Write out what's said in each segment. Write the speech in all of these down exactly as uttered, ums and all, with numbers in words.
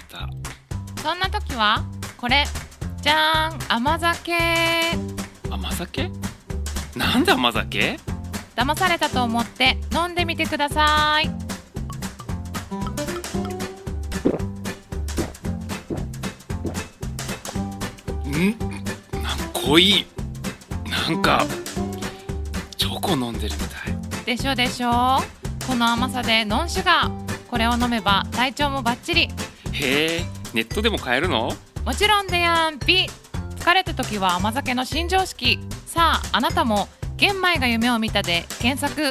た。 そんな時はこれじゃーん、甘酒。 甘酒？なんで甘酒？ 騙されたと思って飲んでみてください。 ん？なんか濃い。なんかチョコ飲んでるみたい。 でしょでしょ。この甘さでノンシュガー。これを飲めば体調もバッチリ。 へえ、ネットでも買えるの？ もちろんでやんぴ。疲れた時は甘酒の新常識。さああなたも玄米が夢を見たで検索。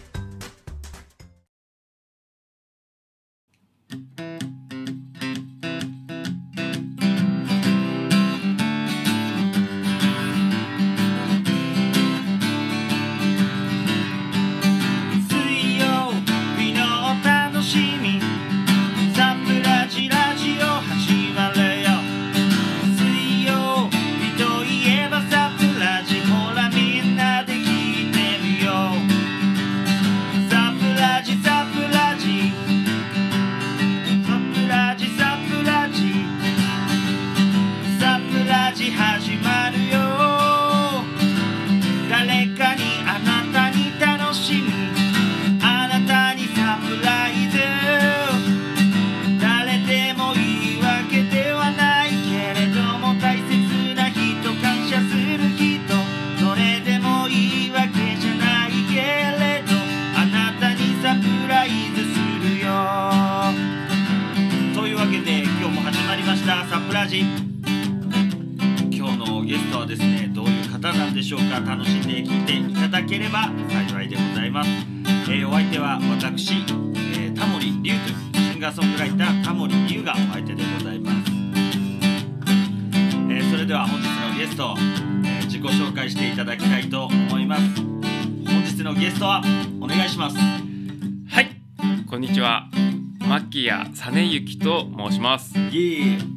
サプラジ。今日のゲストはですね、どういう方なんでしょうか。楽しんで聞いていただければ幸いでございます。えー、お相手は私、えー、タモリリュウというシンガーソングライタータモリリュウがお相手でございます。えー、それでは本日のゲスト、えー、自己紹介していただきたいと思います。本日のゲストはお願いします。 はい、こんにちは。牧谷実之と申します。 いえいえ。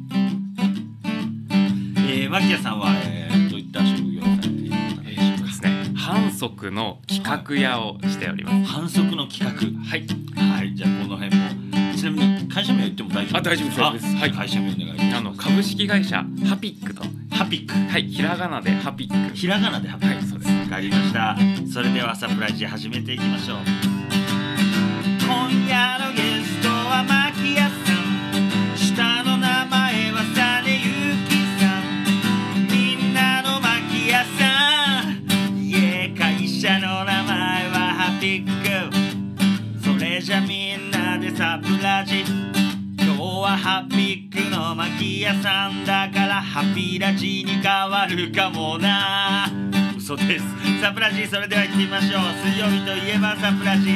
えー、牧谷さんは、えー、どういった職業をされている方でしょうか。 ですね、反則の企画屋をしております。 反則の企画。 はい。 はい、じゃあこの辺も。ちなみに会社名言っても大丈夫ですか。 あ、大丈夫です。大丈夫です。はい。 会社名お願いします。 あの株式会社ハピックと。 ハピック。 はい、ひらがなでハピック。 ひらがなでハピック。 はい、そうです。 わかりました。それではサプライズ始めていきましょう。今夜のゲストは牧谷さん。下の名前は実之さん。みんなの牧谷さん。いえ、会社の名前はハピック。それじゃみんなでサプラジ。今日はハピックの牧谷さんだからハピラジに変わるかもな。嘘です。サプラジ、それでは行ってみましょう。水曜日といえばサプラジ。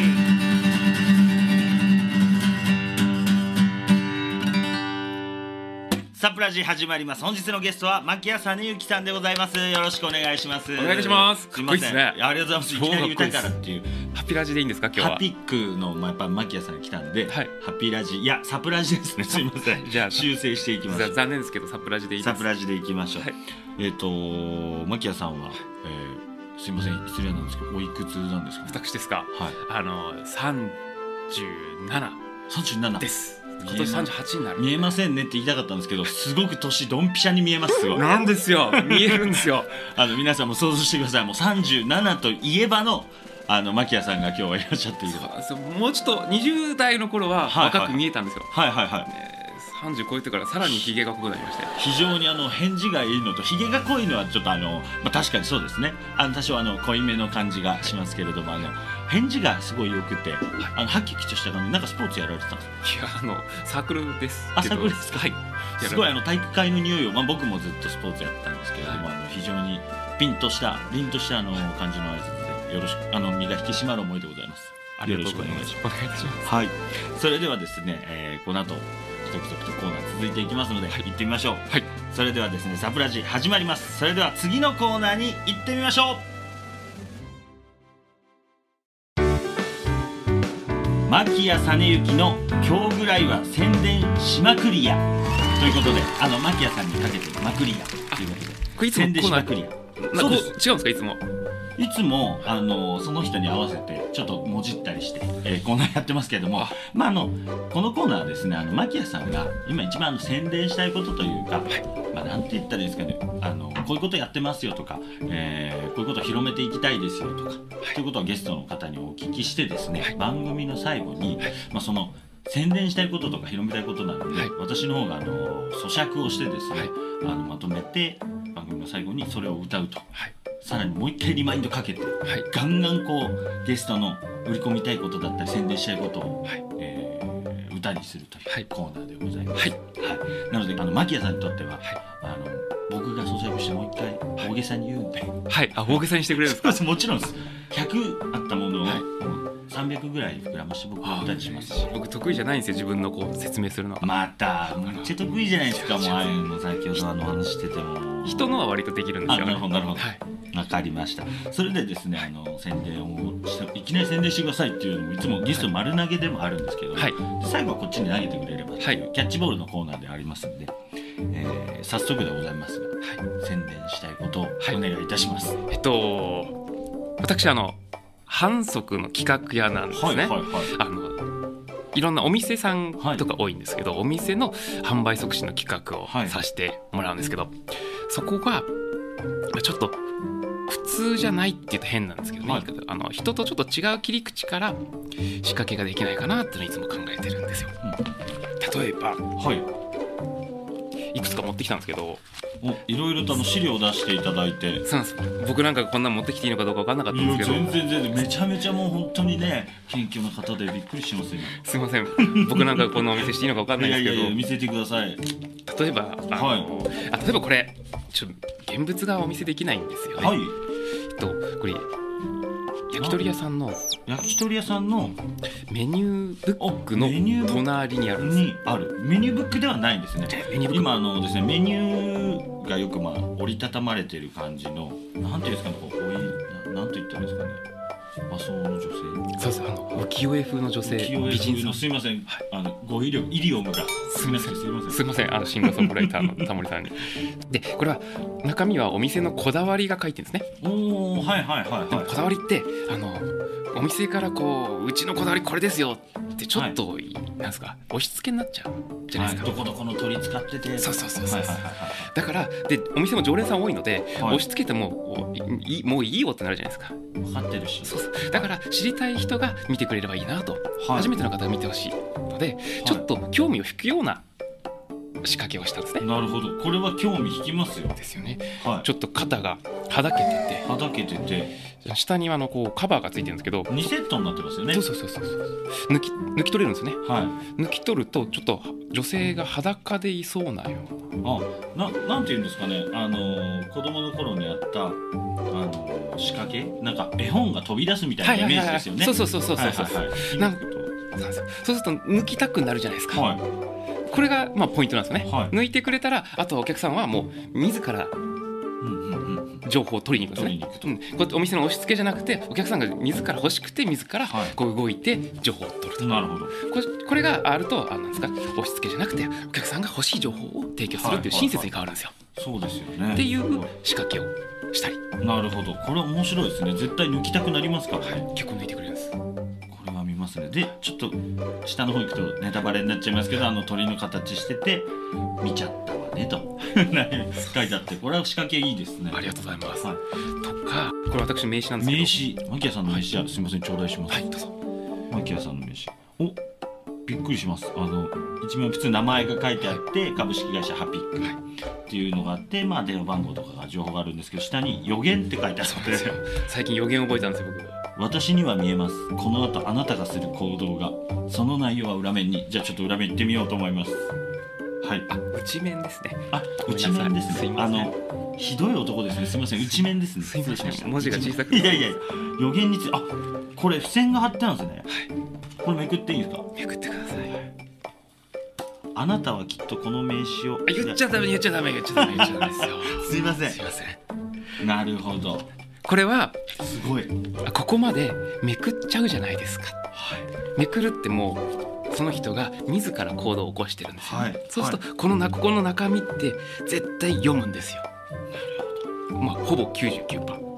サプラジ始まります。本日のゲストは牧谷実之さんでございます。よろしくお願いします。 お願いします。かっこいいですね。 ありがとうございます。いきなり歌からっていう。 ハピラジでいいんですか今日は。 ハピックの、まあ、やっぱ牧谷さんが来たんで、 はい、 ハピラジ、いやサプラジですね。すみません。じゃあ修正していきます。 残念ですけどサプラジでいいです。 サプラジでいきましょう。はい、えっ、ー、と牧谷さんは、えー、すみません失礼なんですけどおいくつなんですか。 私ですか。 はい。 あの三十七。 三十七です。今年さんじゅうはちになる。 見えませんねって言いたかったんですけど、すごく年ドンピシャに見えます。すごいなんですよ。見えるんですよ。 あの皆さんも想像してください。もうさんじゅうななといえばのあの牧谷さんが今日はいらっしゃっている。 そう、もうちょっとにじゅう代の頃は若く見えたんですよ。 はいはいはい。 さんじゅう超えてからさらにひげが濃くなりまして、 非常にあの返事がいいのとひげが濃いのはちょっとあの、まあ、確かにそうですね。あの多少あの濃いめの感じがしますけれども、あの返事がすごい良くて、はい、あのはっきりとした感じ。なんかスポーツやられてたんですか。 いや、あのサークルですけど。 あ、サークルですか。 はい。 すごいあの体育会の匂いを、まあ、僕もずっとスポーツやってたんですけれども、はい、あの非常にピンとした凛としたあの感じの挨拶でよろしく、あの身が引き締まる思いでございます。 ありがとうございます。お願いいたします。 はい。それではですね、えー、この後続々とコーナー続いていきますので、はい、行ってみましょう。 はい。 それではですね、サプラジ始まります。それでは次のコーナーに行ってみましょう。牧谷実之の今日ぐらいは宣伝しまくりやということで、あの牧谷さんにかけてまくりやということで、 これいつも宣伝しまくりや。 そうです。違うんですかいつも。 いつもあのその人に合わせてちょっともじったりして、えー、コーナーやってますけれども、 あまああのこのコーナーはですね、あの牧谷さんが今一番あの宣伝したいことというか、まあ、なんて言ったらいいですかね、あのこういうことやってますよとか、えー、こういうことを広めていきたいですよとか、ということをゲストの方にお聞きしてですね、 はい、 番組の最後に、まあ、その宣伝したいこととか広めたいことなので、 はい、 私の方があの咀嚼をしてですね、 はい、 あのまとめて番組の最後にそれを歌うと、 はい、 さらにもう一回リマインドかけて、 はい、 ガンガンこうゲストの売り込みたいことだったり宣伝したいことを、はい、えー、歌にするというコーナーでございます、はいはい、なのであの牧谷さんにとっては、はい、あの僕が咀嚼してもう一回大げさに言うんで、 はい、あ、大げさにしてくれるんですか？ もちろんです。ひゃくあったものを、はい、さんびゃくぐらい膨らまして僕が歌にします。 僕得意じゃないんですよ、自分のこう説明するのは。まためっちゃ得意じゃないですか。もうああいうの先ほどあの話してても人のは割とできるんですよ。 あ、なるほどなるほど、 はい、 分かりました。それでですね、あの宣伝をしていきなり宣伝してくださいっていうのもいつもゲスト丸投げでもあるんですけど、はい、最後はこっちに投げてくれればっていう、はい、キャッチボールのコーナーでありますんで、えー、早速でございますが、はい、宣伝したいことをお願いいたします、はい、 えっと私あの反則の企画屋なんですね、はいはいはい、あのいろんなお店さんとか多いんですけど、はい、お店の販売促進の企画をさせてもらうんですけど、はい、そこがちょっと普通じゃないって言うと変なんですけどね、はい、あの人とちょっと違う切り口から仕掛けができないかなっていうのをいつも考えてるんですよ、うん、例えば、はい、いくつか持ってきたんですけど、 おいろいろとあの資料を出していただいて、 そうなんです。僕なんかこんな持ってきていいのかどうか分かんなかったんですけど、 全然全然めちゃめちゃもう本当にね謙虚な方でびっくりしますよ。 すいません、僕なんかこんなお見せしていいのか分かんないですけど、 いやいや見せてください。 例えばあの、はい、あ例えばこれちょ現物がお見せできないんですよね、はい、えっとこれ焼き鳥屋さんの焼き鳥屋さんのメニューブックの隣にあるんです。 にあるメニューブックではないんですね。今あのですねメニューがよくまあ折りたたまれてる感じのなんていうんですかね、こうこういうなんて言ったらいいですかね、和装の女性、 そうそう、あの浮世絵風の女性、 浮世絵風のすいません、はい、あの語彙力イディオムがすみませんすみませんすみませんあのシンガーソングライターのタモリさんにでこれは中身はお店のこだわりが書いてるんですね。 おー、はいはいはいはい。 でもこだわりってあのお店からこううちのこだわりこれですよってちょっと、はい、なんですか押し付けになっちゃうじゃないですか、 はい、どこどこの鳥使ってて、 そうそうそうそう、はいはいはいはい、だからでお店も常連さん多いので、はい、押し付けてもいいもういいよってなるじゃないですか。 分かってるし、 そうそうだから知りたい人が見てくれればいいなと、はい、初めての方が見てほしいので、はい、ちょっと興味を引くような仕掛けをしたんですね。 なるほど、これは興味引きますよ。 ですよね、はい、ちょっと肩がはだけててはだけてて下にはあのこうカバーがついてるんですけどにセットになってますよね。 そうそうそうそう抜き抜き取れるんですね、はい、抜き取るとちょっと女性が裸でいそうなような、あななんていうんですかね、あのー、子供の頃にあったあのー、仕掛けなんか絵本が飛び出すみたいなイメージですよね。 そうそうそうそうそうそうそうすると抜きたくなるじゃないですか、はい、これがまあポイントなんですよね、はい、抜いてくれたらあとはお客さんはもう自ら情報を取りに行くんですね、うん、こうお店の押し付けじゃなくてお客さんが自ら欲しくて自らこう動いて情報を取ると、 なるほど、 これ、これがあるとあなんですか押し付けじゃなくてお客さんが欲しい情報を提供するっていう親切に変わるんですよ、 はいはいはい、そうですよねっていう仕掛けをしたり。 なるほど、これは面白いですね。絶対抜きたくなりますから、 はい、結構抜いてくれるんです。 これは見ますね。でちょっと下の方行くとネタバレになっちゃいますけど、あの鳥の形してて見ちゃったわねと書いてあって、これは仕掛けいいですね。 ありがとうございます、はい、とかこれ私名刺なんですけど、 名刺、牧谷さんの名刺、はい、すみません頂戴します。 はい、どうぞ。 牧谷さんの名刺、おびっくりします。あの一面普通名前が書いてあって、はい、株式会社ハピックっていうのがあって、まあ、電話番号とかが情報があるんですけど、下に予言って書いてあって、 最近予言覚えたんですよ僕。 私には見えます。この後あなたがする行動が、その内容は裏面に。じゃあちょっと裏面行ってみようと思います。はい、 あ内面ですね。 あ内面ですね。すいません、あのひどい男ですね。すいません、内面ですね。 すいません、文字が小さくて。 いやいや予言について、あこれ付箋が貼ってあるんですね。 はい、 これめくっていいですか。 めくってください。 あなたはきっとこの名刺を、 あ言っちゃダメ言っちゃダメ言っちゃダメ言っちゃダメですよすいませんすいません。なるほど、 これはすごい、 ここまでめくっちゃうじゃないですか、はい、めくるってもうその人が自ら行動を起こしてるんですよ、ね、はい、そうすると、はい、このなここの中身って絶対読むんですよ。なるほど、まあほぼ きゅうじゅうきゅうパーセント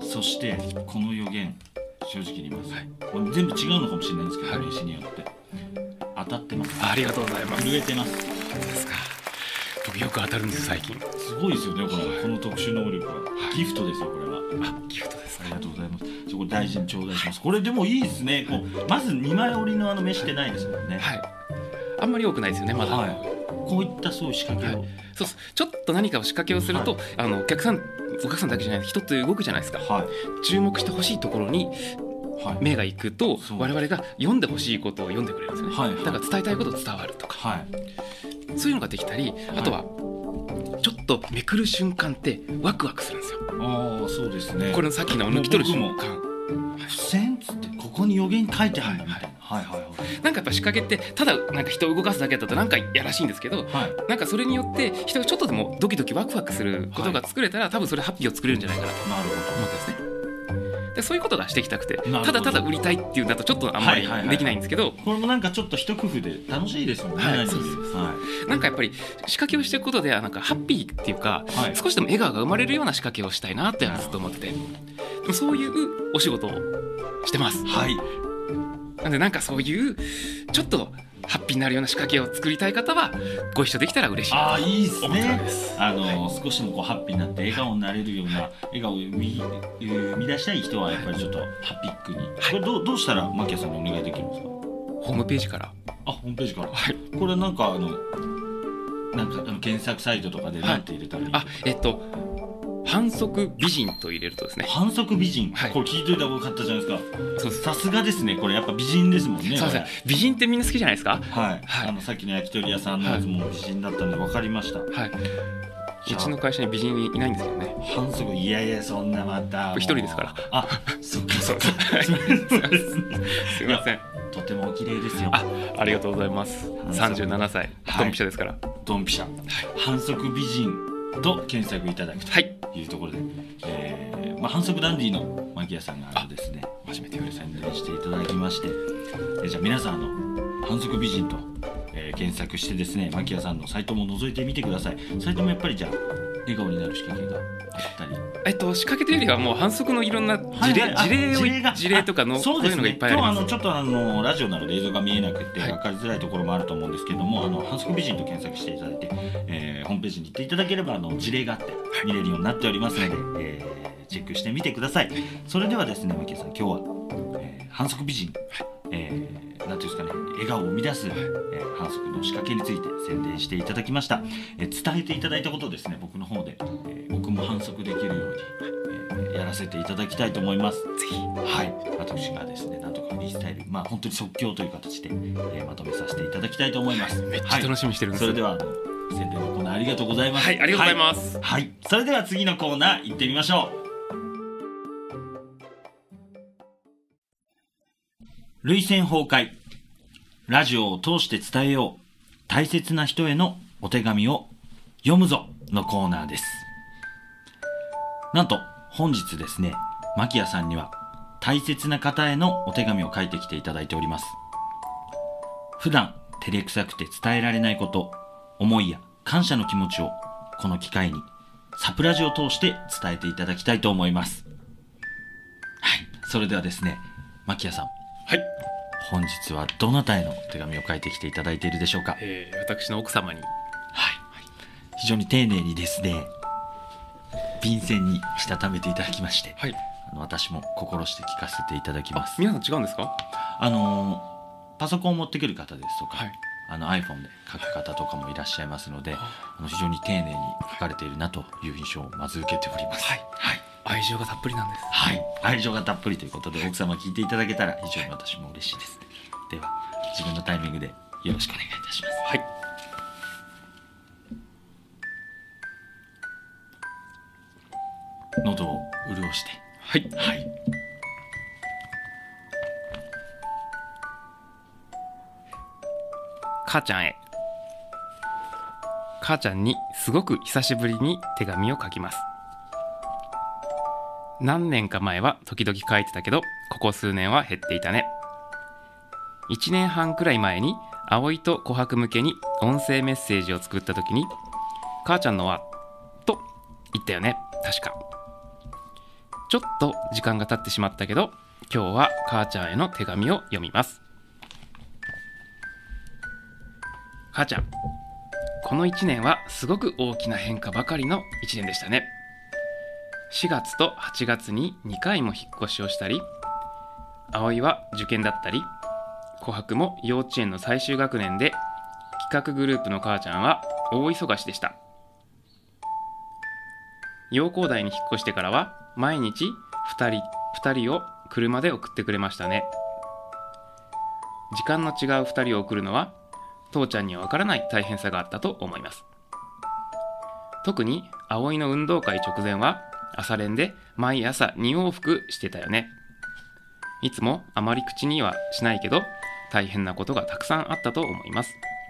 そしてこの予言正直に言います、はい、これ全部違うのかもしれないんですけど、はい、によって当たってます。 ありがとうございます。 震えてます。 そうですか。僕よく当たるんです最近。 すごいですよねこれ、はい、この特殊能力は、はい、ギフトですよこれは。 あ、ギフトですか。 ありがとうございます。そこ大事に頂戴します。これでもいいですね。こうまずにまい折りのあの目してないですもんね。 はい。あんまり多くないですよねまだ。はい、 こういったそういう仕掛けを、はい、 そうそうちょっと何かを仕掛けをすると、はい、あのお客さんお客さんだけじゃない人って動くじゃないですか、はい、注目してほしいところに目が行くと、はい、我々が読んでほしいことを読んでくれるんですよね、はいはい、だから伝えたいこと伝わるとか、はい、そういうのができたり、あとはちょっとめくる瞬間ってワクワクするんですよ。 ああそうですね。 これのさっきの抜き取る瞬間付箋つってここに予言書いてあるんだみたいな、はいはいはいはい、 なんかやっぱ仕掛けってただなんか人を動かすだけだとなんかやらしいんですけど、はい、なんかそれによって人がちょっとでもドキドキワクワクすることが作れたら、はい、多分それハッピーを作れるんじゃないかなと思ってですね。でそういうことがしていきたくて、ただただ売りたいっていうんだとちょっとあんまりできないんですけど、はいはいはい、 これもなんかちょっと一工夫で楽しいですもんね、はい、そうです、 はい、なんかやっぱり仕掛けをしていくことでなんかハッピーっていうか、はい、少しでも笑顔が生まれるような仕掛けをしたいなってずっと思ってて、でもそういうお仕事をしてます。はい。なんでなんかそういうちょっとハッピーになるような仕掛けを作りたい方はご一緒できたら嬉しいなと思ってます。 あの、はい、少しでもこうハッピーになって笑顔になれるような、はい、笑顔を生み、生み出したい人はやっぱりちょっとハッピックに、はい、これどう、どうしたらマキヤさんにお願いできるんですか？ ホームページから。 あ、ホームページから。はい。これなんかあのなんかあの検索サイトとかで何て入れたらいいですか？ はい、あ、えっと反則美人と入れるとですね。 反則美人、はい、これ聞いといた方がよかったじゃないですか。そうです。さすがですね。これやっぱ美人ですもんね。 そうです。美人ってみんな好きじゃないですか。 はい。はい、あのさっきの焼き鳥屋さんのやつも美人だったので分かりました。はい。 うちの会社に美人いないんですよね。 反則、いやいやそんなまた一人ですから。 あ、そっかそっか。すみません。 とてもお綺麗ですよ。 あ、ありがとうございます。三十七歳、ドンピシャですから。 ドンピシャ。はい、反則美人と検索いただくというところで、はい、えーまあ、反則ダンディのマキヤさんがあのですね、初めて宣伝していただきまして、えじゃあ皆さんあの反則美人と、えー、検索してですね、マキヤさんのサイトも覗いてみてください。サイトもやっぱりじゃあ笑顔になる仕掛けがあったり、 えっと仕掛けというよりはもう反則のいろんな事例、はいはい、事例を事例が事例とかのそういうのがいっぱいあります。 今日あのちょっとあのラジオなので映像が見えなくて分かりづらいところもあると思うんですけども、はい、あの反則美人と検索していただいて、えー、ホームページに行っていただければあの事例があって見れるようになっておりますので、はい、えー、チェックしてみてください。それではですね、マキヤさん今日は、えー、反則美人、はい、えー、なんていうんですかね、笑顔を生み出す、はい、えー、反則の仕掛けについて宣伝していただきました。えー、伝えていただいたことをですね、僕の方で、えー、僕も反則できるように、えー、やらせていただきたいと思います。ぜひ、はい、私がですね、なんとかフリースタイル、まあ本当に即興という形で、えー、まとめさせていただきたいと思います。 めっちゃ楽しみにしてるんです、 はい、それではあの宣伝のコーナーありがとうございます。 はい、ありがとうございます。 はい、はい、それでは次のコーナー行ってみましょう。涙腺崩壊、ラジオを通して伝えよう、大切な人へのお手紙を読むぞのコーナーです。なんと本日ですね、マキヤさんには大切な方へのお手紙を書いてきていただいております。普段照れくさくて伝えられないこと、思いや感謝の気持ちをこの機会にサプラジを通して伝えていただきたいと思います。はい、それではですね、マキヤさん、 はい、 本日はどなたへの手紙を書いてきていただいているでしょうか？ えー、私の奥様に、はい、 非常に丁寧にですね、便箋にしたためていただきまして、はい、あの私も心して聞かせていただきます。 皆さん違うんですか？ あのパソコンを持ってくる方ですとか、はい、あの iPhone で書く方とかもいらっしゃいますので、はい、あの非常に丁寧に書かれているなという印象をまず受けております。はい、はい、 愛情がたっぷりなんです。 はい、愛情がたっぷりということで、奥様聞いていただけたら非常に私も嬉しいです。では自分のタイミングでよろしくお願いいたします。はい。喉を潤して、 はい、はい、母ちゃんへ。母ちゃんにすごく久しぶりに手紙を書きます。何年か前は時々書いてたけど、ここ数年は減っていたね。いちねんはんくらい前に葵と琥珀向けに音声メッセージを作った時に、母ちゃんのはと言ったよね、確か。 ちょっと時間が経ってしまったけど、今日は母ちゃんへの手紙を読みます。母ちゃん、このいちねんはすごく大きな変化ばかりのいちねんでしたね。しがつとはちがつににかいも引っ越しをしたり、葵は受験だったり、琥珀も幼稚園の最終学年で、企画グループの母ちゃんは大忙しでした。陽光台に引っ越してからは毎日ふたりふたりを車で送ってくれましたね。時間の違うふたりを送るのは父ちゃんにはわからない大変さがあったと思います。特に葵の運動会直前は朝練で毎朝に往復してたよね。いつもあまり口にはしないけど大変なことがたくさんあったと思います。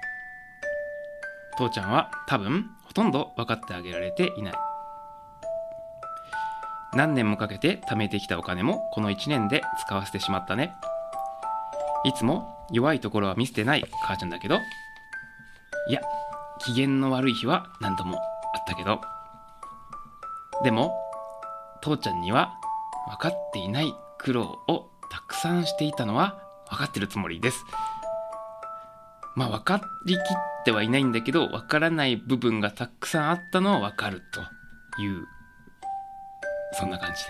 父ちゃんは多分ほとんど分かってあげられていない。何年もかけて貯めてきたお金もこのいちねんで使わせてしまったね。いつも弱いところは見せてない母ちゃんだけど、いや、機嫌の悪い日は何度もあったけど、でも父ちゃんには分かっていない苦労をたくさんしていたのは分かってるつもりです。まあ分かりきってはいないんだけど、分からない部分がたくさんあったのは分かるという、そんな感じです。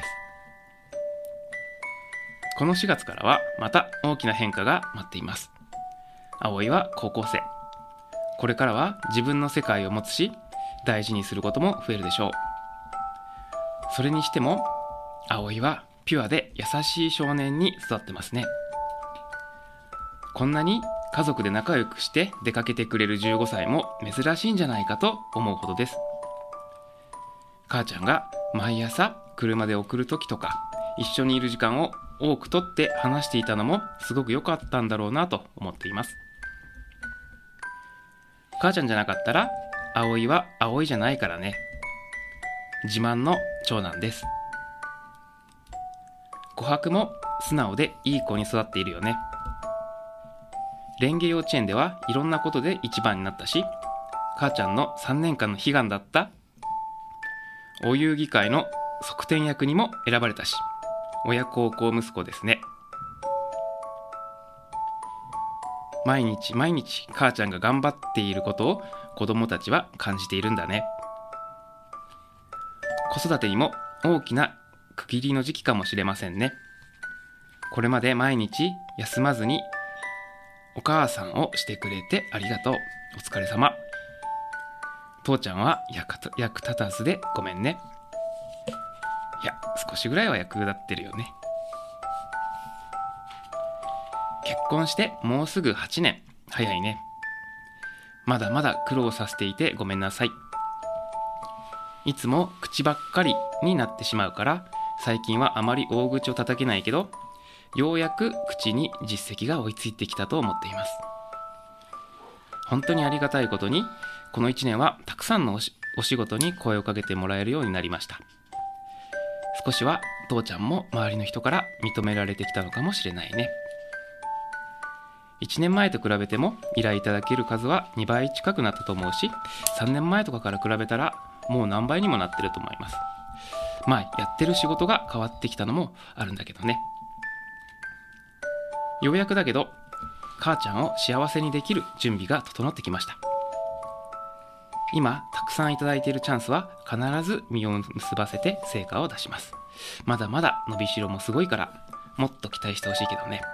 このしがつからはまた大きな変化が待っています。葵は高校生。これからは自分の世界を持つし、大事にすることも増えるでしょう。それにしても葵はピュアで優しい少年に育ってますね。こんなに家族で仲良くして出かけてくれるじゅうごさいも珍しいんじゃないかと思うほどです。母ちゃんが毎朝車で送る時とか、一緒にいる時間を多くとって話していたのもすごく良かったんだろうなと思っています。母ちゃんじゃなかったら葵は葵じゃないからね。自慢の長男です。琥珀も素直でいい子に育っているよね。レンゲ幼稚園ではいろんなことで一番になったし、母ちゃんのさんねんかんの悲願だったお遊戯会の側転役にも選ばれたし、親孝行息子ですね。毎日毎日母ちゃんが頑張っていることを子供たちは感じているんだね。子育てにも大きな区切りの時期かもしれませんね。これまで毎日休まずにお母さんをしてくれてありがとう。お疲れ様。父ちゃんは役立たずでごめんね。いや、少しぐらいは役立ってるよね。結婚してもうすぐはちねん。早いね。まだまだ苦労させていてごめんなさい。いつも口ばっかりになってしまうから、最近はあまり大口を叩けないけど、ようやく口に実績が追いついてきたと思っています。本当にありがたいことに、このいちねんはたくさんのおし、お仕事に声をかけてもらえるようになりました。少しは父ちゃんも周りの人から認められてきたのかもしれないね。いちねんまえと比べても依頼いただける数はにばい近くなったと思うし、さんねんまえとかから比べたらもう何倍にもなってると思います。まあやってる仕事が変わってきたのもあるんだけどね。ようやくだけど母ちゃんを幸せにできる準備が整ってきました。今たくさんいただいているチャンスは必ず実を結ばせて成果を出します。まだまだ伸びしろもすごいからもっと期待してほしいけどね。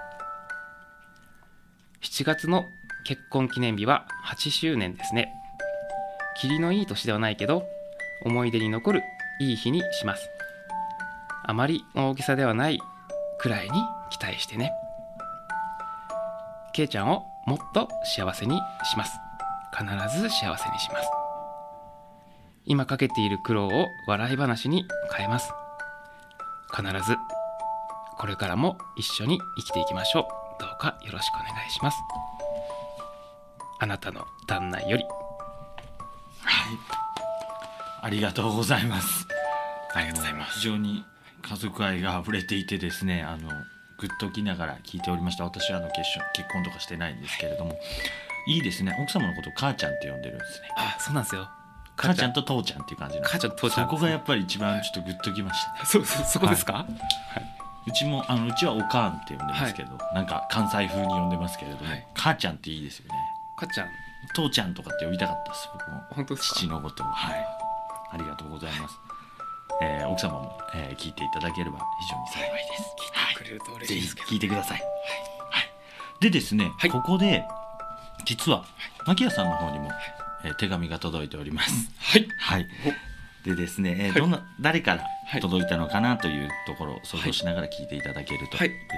しちがつの結婚記念日ははちしゅうねんですね。霧のいい年ではないけど思い出に残るいい日にします。あまり大げさではないくらいに期待してね。けいちゃんをもっと幸せにします。必ず幸せにします。今かけている苦労を笑い話に変えます。必ずこれからも一緒に生きていきましょう。どうかよろしくお願いします。あなたの旦那より。 はい、ありがとうございます。 ありがとうございます。 非常に家族愛が溢れていてですね、あのグッときながら聞いておりました。私はあの結結婚とかしてないんですけれども、いいですね。奥様のことを母ちゃんって呼んでるんですね。 あ、そうなんですよ。 母ちゃんと父ちゃんっていう感じなんです。 母ちゃんと父ちゃん、 そこがやっぱり一番ちょっとグッときましたね。 そうそう、そこですか、はい、 うちもあのうちはおかんって呼んでますけど、はい、なんか関西風に呼んでますけれども、はい、母ちゃんっていいですよね。 母ちゃん、 父ちゃんとかって呼びたかったです僕も。 本当ですか。 父のことを、はい、ありがとうございます。えー、奥様も、えー、聞いていただければ非常に幸いです。 聞いてくれると嬉しいですけど、 ぜひ聞いてください。はい、はい、でですね、はい、ここで実は牧谷さんの方にも、えー、手紙が届いております。 はい、 はい、でですね、えー、どんな、はい、誰から届いたのかなというところを想像しながら聞いていただけると嬉しいです。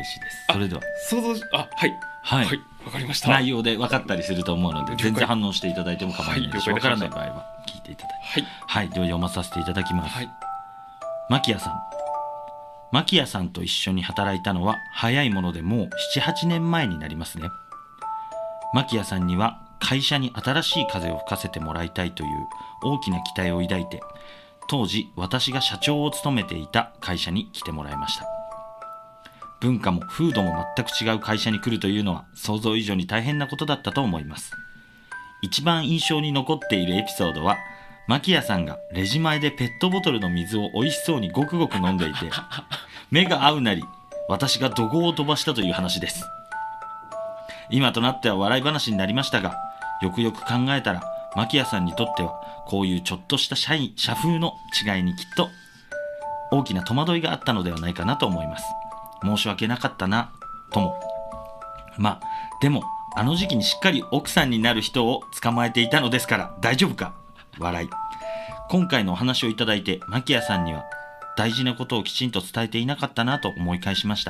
はい、それでは想像あはいはい、 はい、わかりました。 内容で分かったりすると思うので全然反応していただいても構わないです。分からない場合は聞いていただいて、はい、はい、では読まさせていただきます。はい、牧谷さん、牧谷さんと一緒に働いたのは早いものでもう ななはちねんまえになりますね。牧谷さんには会社に新しい風を吹かせてもらいたいという大きな期待を抱いて、当時私が社長を務めていた会社に来てもらいました。文化も風土も全く違う会社に来るというのは想像以上に大変なことだったと思います。一番印象に残っているエピソードは、牧谷さんがレジ前でペットボトルの水を美味しそうにごくごく飲んでいて目が合うなり私が怒号を飛ばしたという話です。今となっては笑い話になりましたが、よくよく考えたら牧谷さんにとってはこういうちょっとした社員社風の違いにきっと大きな戸惑いがあったのではないかなと思います。申し訳なかったなとも。まあでもあの時期にしっかり奥さんになる人を捕まえていたのですから大丈夫か笑い。今回のお話をいただいて牧谷さんには大事なことをきちんと伝えていなかったなと思い返しました。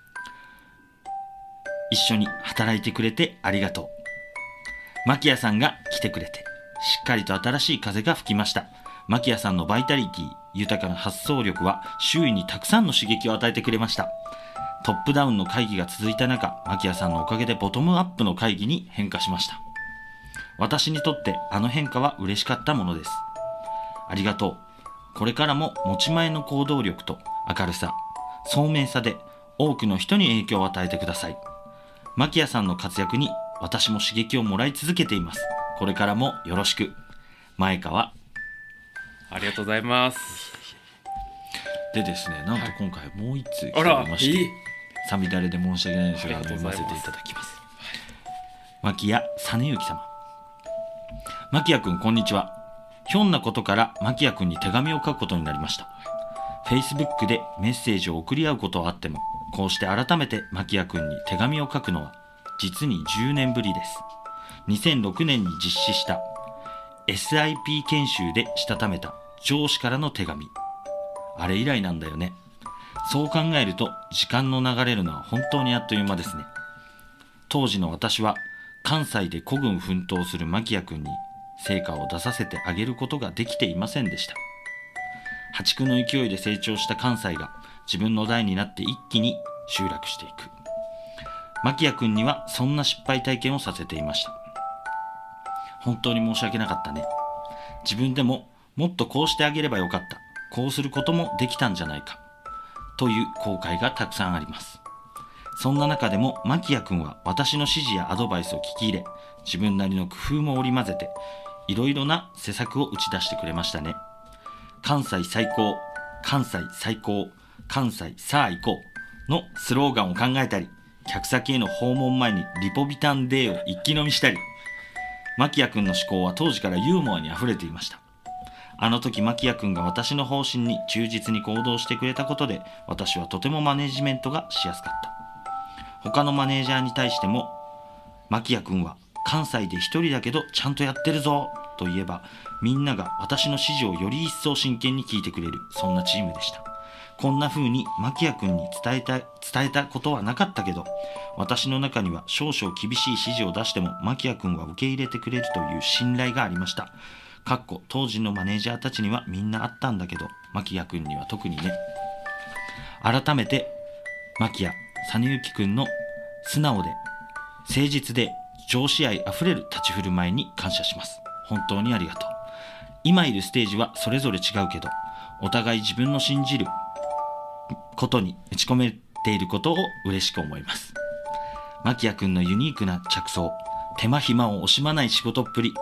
一緒に働いてくれてありがとう。牧谷さんが来てくれてしっかりと新しい風が吹きました。牧谷さんのバイタリティ豊かな発想力は周囲にたくさんの刺激を与えてくれました。トップダウンの会議が続いた中、牧谷さんのおかげでボトムアップの会議に変化しました。私にとってあの変化は嬉しかったものです。ありがとう。これからも持ち前の行動力と明るさ、聡明さで多くの人に影響を与えてください。牧谷さんの活躍に私も刺激をもらい続けています。これからもよろしく。前川。 ありがとうございます。 でですね、なんと今回もう一通来ておりまして、さみだれで申し訳ないんですが読ませていただきます。牧谷実之様。牧谷くんこんにちは。ひょんなことから牧谷くんに手紙を書くことになりました。 Facebook でメッセージを送り合うことはあっても、こうして改めて牧谷くんに手紙を書くのは実にじゅうねんぶりです。にせんろくねんに実施した エスアイピー 研修でしたためた上司からの手紙、あれ以来なんだよね。そう考えると時間の流れるのは本当にあっという間ですね。当時の私は関西で孤軍奮闘する牧谷くんに成果を出させてあげることができていませんでした。破竹の勢いで成長した関西が自分の代になって一気に集落していく。牧谷くんにはそんな失敗体験をさせていました。本当に申し訳なかったね。自分でももっとこうしてあげればよかった、こうすることもできたんじゃないかという後悔がたくさんあります。そんな中でも牧谷くんは私の指示やアドバイスを聞き入れ、自分なりの工夫も織り交ぜていろいろな施策を打ち出してくれましたね。関西最高、関西最高、関西さあ行こうのスローガンを考えたり、客先への訪問前にリポビタンデーを一気飲みしたり、牧谷くんの思考は当時からユーモアにあふれていました。あの時牧谷くんが私の方針に忠実に行動してくれたことで、私はとてもマネジメントがしやすかった。他のマネージャーに対しても、牧谷くんは関西で一人だけどちゃんとやってるぞと言えば、みんなが私の指示をより一層真剣に聞いてくれる、そんなチームでした。こんな風に牧谷くんに伝えた伝えたことはなかったけど、私の中には少々厳しい指示を出しても牧谷くんは受け入れてくれるという信頼がありました。かっこ当時のマネージャーたちにはみんなあったんだけど、牧谷くんには特にね。改めて牧谷実之くんの素直で誠実で上司愛あふれる立ち振る舞いに感謝します。本当にありがとう。今いるステージはそれぞれ違うけど、お互い自分の信じることに打ち込めていることを嬉しく思います。牧谷くんのユニークな着想、手間暇を惜しまない仕事っぷり、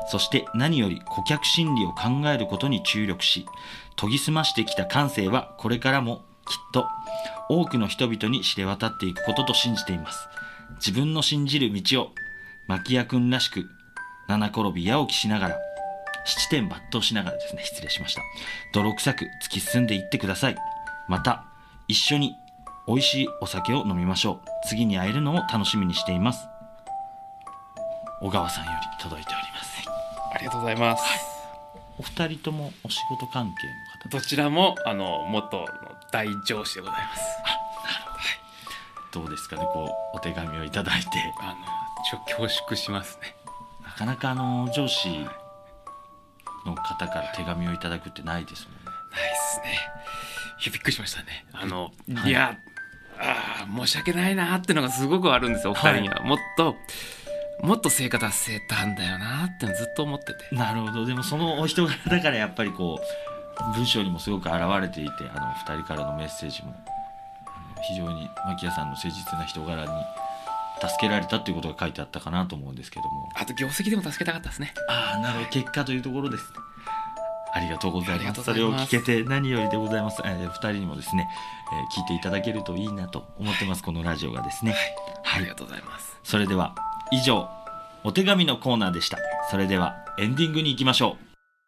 そして何より顧客心理を考えることに注力し、研ぎ澄ましてきた感性はこれからもきっと多くの人々に知れ渡っていくことと信じています。自分の信じる道を牧谷くんらしく七転び八起きしながら、七点抜刀しながらですね、失礼しました。泥臭く突き進んでいってください。また一緒に美味しいお酒を飲みましょう。次に会えるのを楽しみにしています。小川さんより届いております。 ありがとうございます、はい、 お二人ともお仕事関係の方？ どちらもあの元の大上司でございます。 あ、なるほど、はい、どうですかね、こうお手紙をいただいて。 あのちょ恐縮しますね。 なかなかあの上司の方から手紙をいただくってないですもんね。 ないですね。いやびっくりしましたね。あの、はい、いやあ申し訳ないなっていうのがすごくあるんですよ、お二人には、はい、もっともっと成果達成たんだよなってずっと思ってて。 なるほど。でもそのお人柄だからやっぱりこう文章にもすごく現れていて、あのふたりからのメッセージも非常に牧谷さんの誠実な人柄に助けられたっていうことが書いてあったかなと思うんですけども、 あと業績でも助けたかったですね。 ああ、なるほど、結果というところですね。ありがとうございます。それを聞けて何よりでございます。えー、ふたりにもですね、えー、聞いていただけるといいなと思ってます、はい、このラジオがですね、はいはい、ありがとうございます。 それでは以上お手紙のコーナーでした。それではエンディングに行きましょう。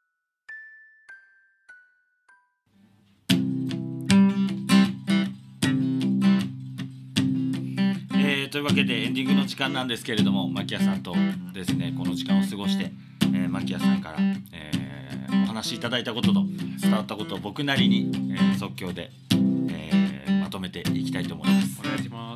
えー、というわけでエンディングの時間なんですけれども、牧谷さんとですねこの時間を過ごして、えー、牧谷さんから、えー、お話しいただいたことと伝わったことを僕なりに、えー、即興で、えー、まとめていきたいと思います。 お願いします。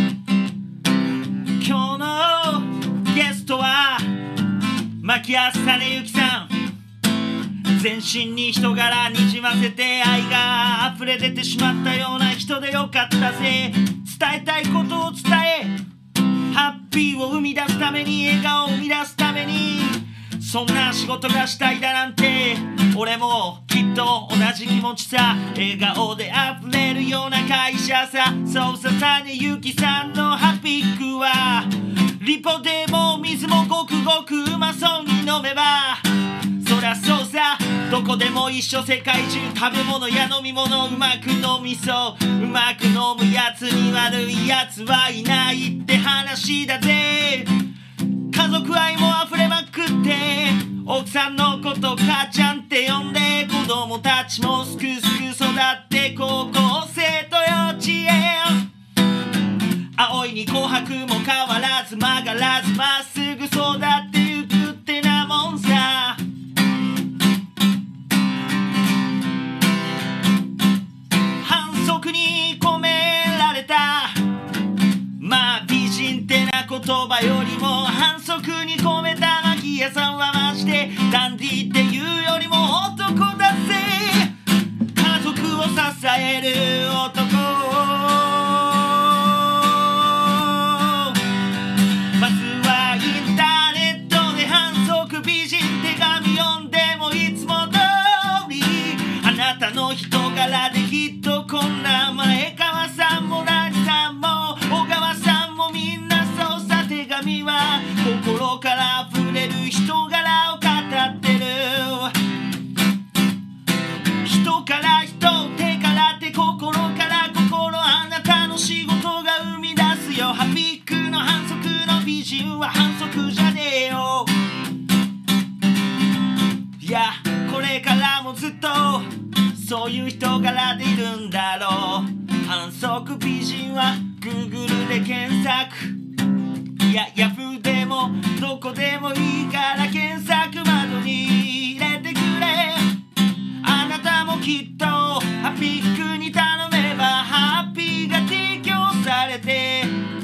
今日のゲストは牧谷実之さん。全身に人柄にじませて愛が溢れ出てしまったような人でよかったぜ。伝えたいことを伝え、ハッピーを生み出すために、笑顔を生み出すために、そんな仕事がしたいだなんて、俺もきっと同じ気持ちさ。笑顔で溢れるような会社さ。そうさ、実之さんのハピックはリポでも水もごくごくうまそうに飲めば、そりゃそうさ、どこでも一緒、世界中食べ物や飲み物うまく飲みそう。うまく飲むやつに悪いやつはいないって話だぜ。家族愛も溢れまくって、奥さんのこと母ちゃんって呼んで、子供たちもすくすく育って高校生と幼稚園。青いに紅白も変わらず曲がらずまっすぐ育ってゆくってなもんさ。反則に込められたまあ美人ってな言葉よりも、反則に込めた牧谷さんはマジでダンディっていうよりも男だぜ。家族を支える男、まずはインターネットで反則美人手紙読んでもいつも通り、あなたの人柄できっとこんな前川さんも何さんも小川さんもみんなそうさ。手紙は心から溢れる人柄を語ってる。人から人、手から手、心から心、あなたの仕事が生み出すよ。ハピックの反則の美人は反則じゃねえよ。いやこれからもずっとそういう人柄でいるんだろう。反則美人は Google で検索、いや Yahoo でもどこでもいいから検索窓に入れてくれ。あなたもきっとハピックに頼めばハッピーが提供されて、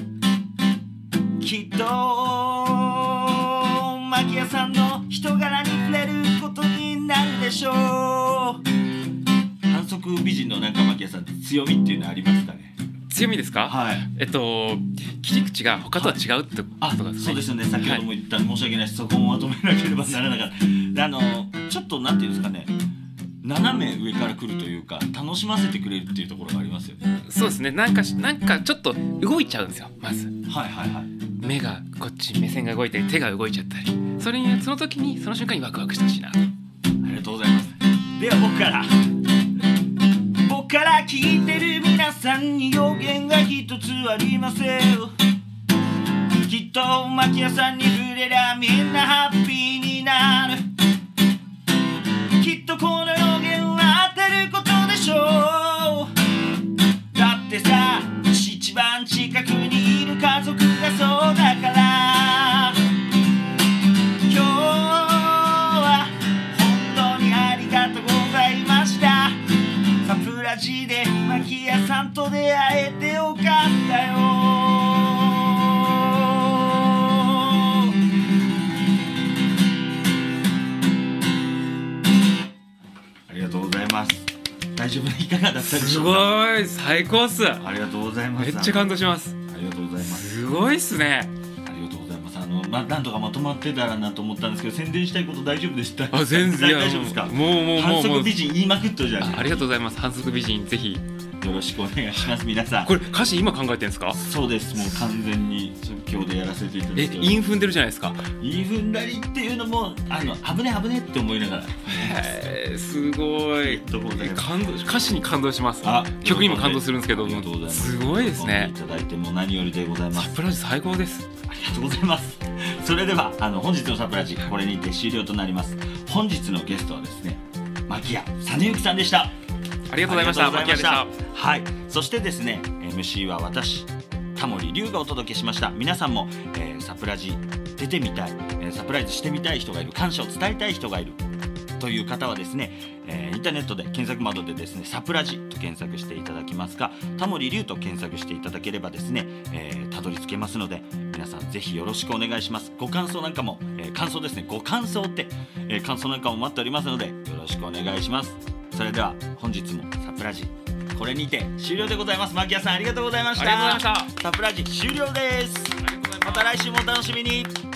きっと牧谷さんの人柄に触れることになるでしょう。反則美人のなんか牧谷さんって強みっていうのはありますかね？ 強みですか？はい。えっと切り口が他とは違うってことですね。 そうですよね。先ほども言った、はい、申し訳ないし、そこもまとめなければならなかった。あのちょっとなんていうんですかね、斜め上から来るというか楽しませてくれるっていうところがありますよね。 そうですね。なんかなんかちょっと動いちゃうんですよ。まず。 はいはいはい。 目がこっち、目線が動いたり手が動いちゃったり、それにその時にその瞬間にワクワクしてほしいなと。 ありがとうございます。では僕から僕から聞いてる皆さんに予言が一つありますよ。きっと牧屋さんに触れりゃみんなハッピーになる。きっとこの予言は当てることでしょう。だってさ、一番近くにいる家族がそうだから。今日は本当にありがとうございました。サプラジで牧屋さんと出会えてよかったよ。大丈夫、いかがだったでしょうか。 すごい、最高っす。 ありがとうございます。 めっちゃ感動します。 ありがとうございます。 すごいっすね。 ありがとうございます。あの、ま、なんとかまとまってたらなと思ったんですけど、宣伝したいこと大丈夫でした。 あ、全然大丈夫ですか。 もうもうもう反則美人言いまくっとるじゃん。 ありがとうございます。反則美人ぜひよろしくお願いします。皆さん、 これ歌詞今考えてるんですか。 そうです。もう完全に即興でやらせていただいて、 え、韻踏んでるじゃないですか。 韻踏んだりっていうのも、あの、危ね危ねって思いながら。 へー、すごい。感動、歌詞に感動します。 あ、 曲にも感動するんですけど、すごいですね。 いただいても何よりでございます。 サプラジ最高です。 ありがとうございます。それでは、あの、本日のサプラジこれにて終了となります。本日のゲストはですね、牧谷実之さんでした。 ありがとうございました。牧谷でした。 はい。そしてですね、エムシー は私、タモリ龍がお届けしました。皆さんも、えー、サプラジ出てみたい、えー、サプライズしてみたい人がいる、感謝を伝えたい人がいるという方はですね、えー、インターネットで検索窓でですね、サプラジと検索していただきますか、タモリ龍と検索していただければですね、えー、たどり着けますので、皆さんぜひよろしくお願いします。ご感想なんかも、えー、感想ですね、ご感想って、えー、感想なんかも待っておりますので、よろしくお願いします。それでは本日もサプラジこれにて終了でございます。牧谷さんありがとうございました。 ありがとうございました。 サプラジ終了です。また来週もお楽しみに。